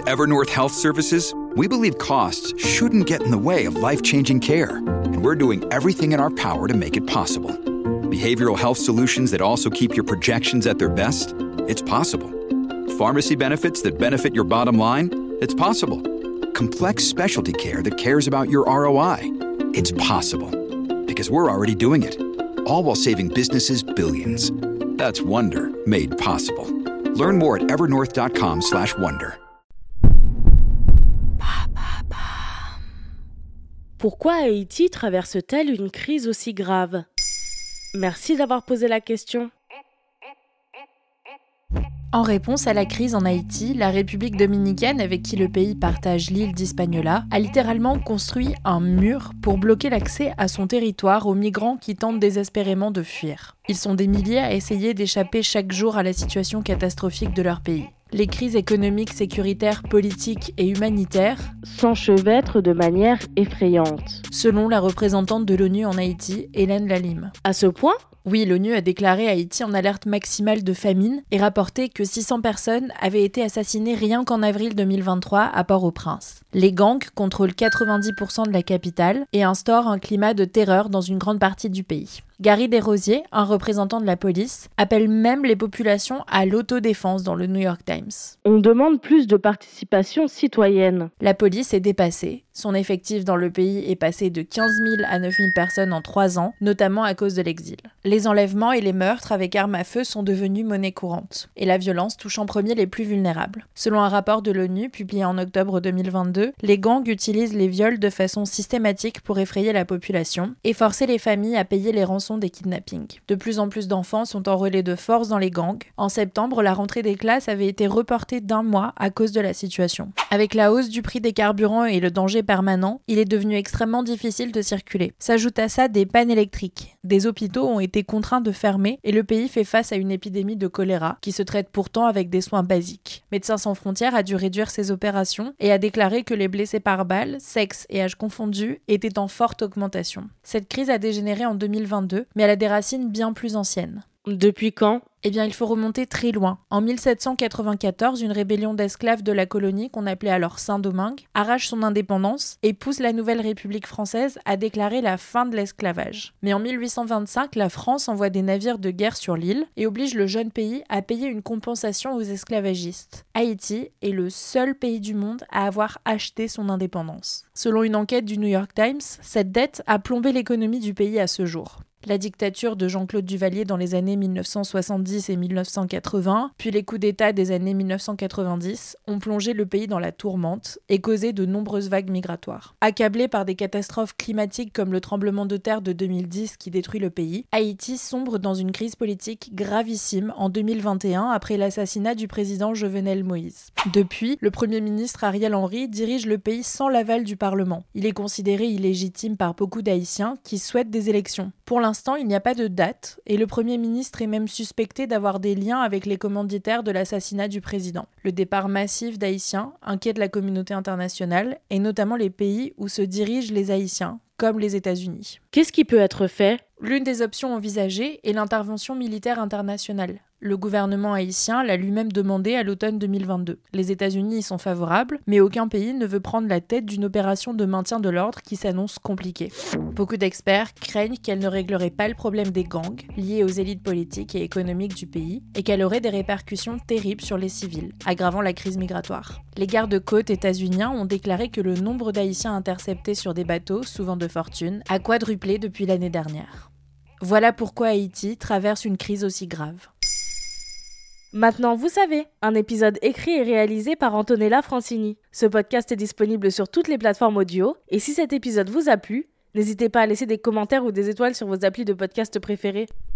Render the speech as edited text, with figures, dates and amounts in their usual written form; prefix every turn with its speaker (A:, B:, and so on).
A: Evernorth Health Services, we believe costs shouldn't get in the way of life-changing care, and we're doing everything in our power to make it possible. Behavioral health solutions that also keep your projections at their best? It's possible. Pharmacy benefits that benefit your bottom line? It's possible. Complex specialty care that cares about your ROI? It's possible. Because we're already doing it. All while saving businesses billions. That's Wonder made possible. Learn more at evernorth.com/wonder.
B: Pourquoi Haïti traverse-t-elle une crise aussi grave ? Merci d'avoir posé la question.
C: En réponse à la crise en Haïti, la République dominicaine, avec qui le pays partage l'île d'Hispaniola, a littéralement construit un mur pour bloquer l'accès à son territoire aux migrants qui tentent désespérément de fuir. Ils sont des milliers à essayer d'échapper chaque jour à la situation catastrophique de leur pays. Les crises économiques, sécuritaires, politiques et humanitaires
B: s'enchevêtrent de manière effrayante.
C: Selon la représentante de l'ONU en Haïti, Hélène Lalime.
B: À ce point ?
C: Oui, l'ONU a déclaré Haïti en alerte maximale de famine et rapporté que 600 personnes avaient été assassinées rien qu'en avril 2023 à Port-au-Prince. Les gangs contrôlent 90% de la capitale et instaurent un climat de terreur dans une grande partie du pays. Gary Desrosiers, un représentant de la police, appelle même les populations à l'autodéfense dans le New York Times.
B: On demande plus de participation citoyenne.
C: La police est dépassée. Son effectif dans le pays est passé de 15 000 à 9 000 personnes en 3 ans, notamment à cause de l'exil. Les enlèvements et les meurtres avec armes à feu sont devenus monnaie courante. Et la violence touche en premier les plus vulnérables. Selon un rapport de l'ONU publié en octobre 2022, les gangs utilisent les viols de façon systématique pour effrayer la population et forcer les familles à payer les rançons des kidnappings. De plus en plus d'enfants sont enrôlés de force dans les gangs. En septembre, la rentrée des classes avait été reportée d'1 mois à cause de la situation. Avec la hausse du prix des carburants et le danger permanent, il est devenu extrêmement difficile de circuler. S'ajoutent à ça des pannes électriques. Des hôpitaux ont été contraints de fermer et le pays fait face à une épidémie de choléra qui se traite pourtant avec des soins basiques. Médecins sans frontières a dû réduire ses opérations et a déclaré que les blessés par balles, sexe et âge confondus, étaient en forte augmentation. Cette crise a dégénéré en 2022, mais elle a des racines bien plus anciennes.
B: Depuis quand ?
C: Eh bien, il faut remonter très loin. En 1794, une rébellion d'esclaves de la colonie, qu'on appelait alors Saint-Domingue, arrache son indépendance et pousse la nouvelle République française à déclarer la fin de l'esclavage. Mais en 1825, la France envoie des navires de guerre sur l'île et oblige le jeune pays à payer une compensation aux esclavagistes. Haïti est le seul pays du monde à avoir acheté son indépendance. Selon une enquête du New York Times, cette dette a plombé l'économie du pays à ce jour. La dictature de Jean-Claude Duvalier dans les années 1970 et 1980, puis les coups d'État des années 1990, ont plongé le pays dans la tourmente et causé de nombreuses vagues migratoires. Accablé par des catastrophes climatiques comme le tremblement de terre de 2010 qui détruit le pays, Haïti sombre dans une crise politique gravissime en 2021 après l'assassinat du président Jovenel Moïse. Depuis, le Premier ministre Ariel Henry dirige le pays sans l'aval du Parlement. Il est considéré illégitime par beaucoup d'Haïtiens qui souhaitent des élections. Pour l'instant, il n'y a pas de date et le Premier ministre est même suspecté d'avoir des liens avec les commanditaires de l'assassinat du président. Le départ massif d'Haïtiens inquiète la communauté internationale et notamment les pays où se dirigent les Haïtiens, comme les États-Unis.
B: Qu'est-ce qui peut être fait ?
C: L'une des options envisagées est l'intervention militaire internationale. Le gouvernement haïtien l'a lui-même demandé à l'automne 2022. Les États-Unis y sont favorables, mais aucun pays ne veut prendre la tête d'une opération de maintien de l'ordre qui s'annonce compliquée. Beaucoup d'experts craignent qu'elle ne réglerait pas le problème des gangs, liés aux élites politiques et économiques du pays, et qu'elle aurait des répercussions terribles sur les civils, aggravant la crise migratoire. Les gardes-côtes états-uniens ont déclaré que le nombre d'Haïtiens interceptés sur des bateaux, souvent de fortune, a quadruplé depuis l'année dernière. Voilà pourquoi Haïti traverse une crise aussi grave.
B: Maintenant, vous savez, un épisode écrit et réalisé par Antonella Francini. Ce podcast est disponible sur toutes les plateformes audio, et si cet épisode vous a plu, n'hésitez pas à laisser des commentaires ou des étoiles sur vos applis de podcast préférés.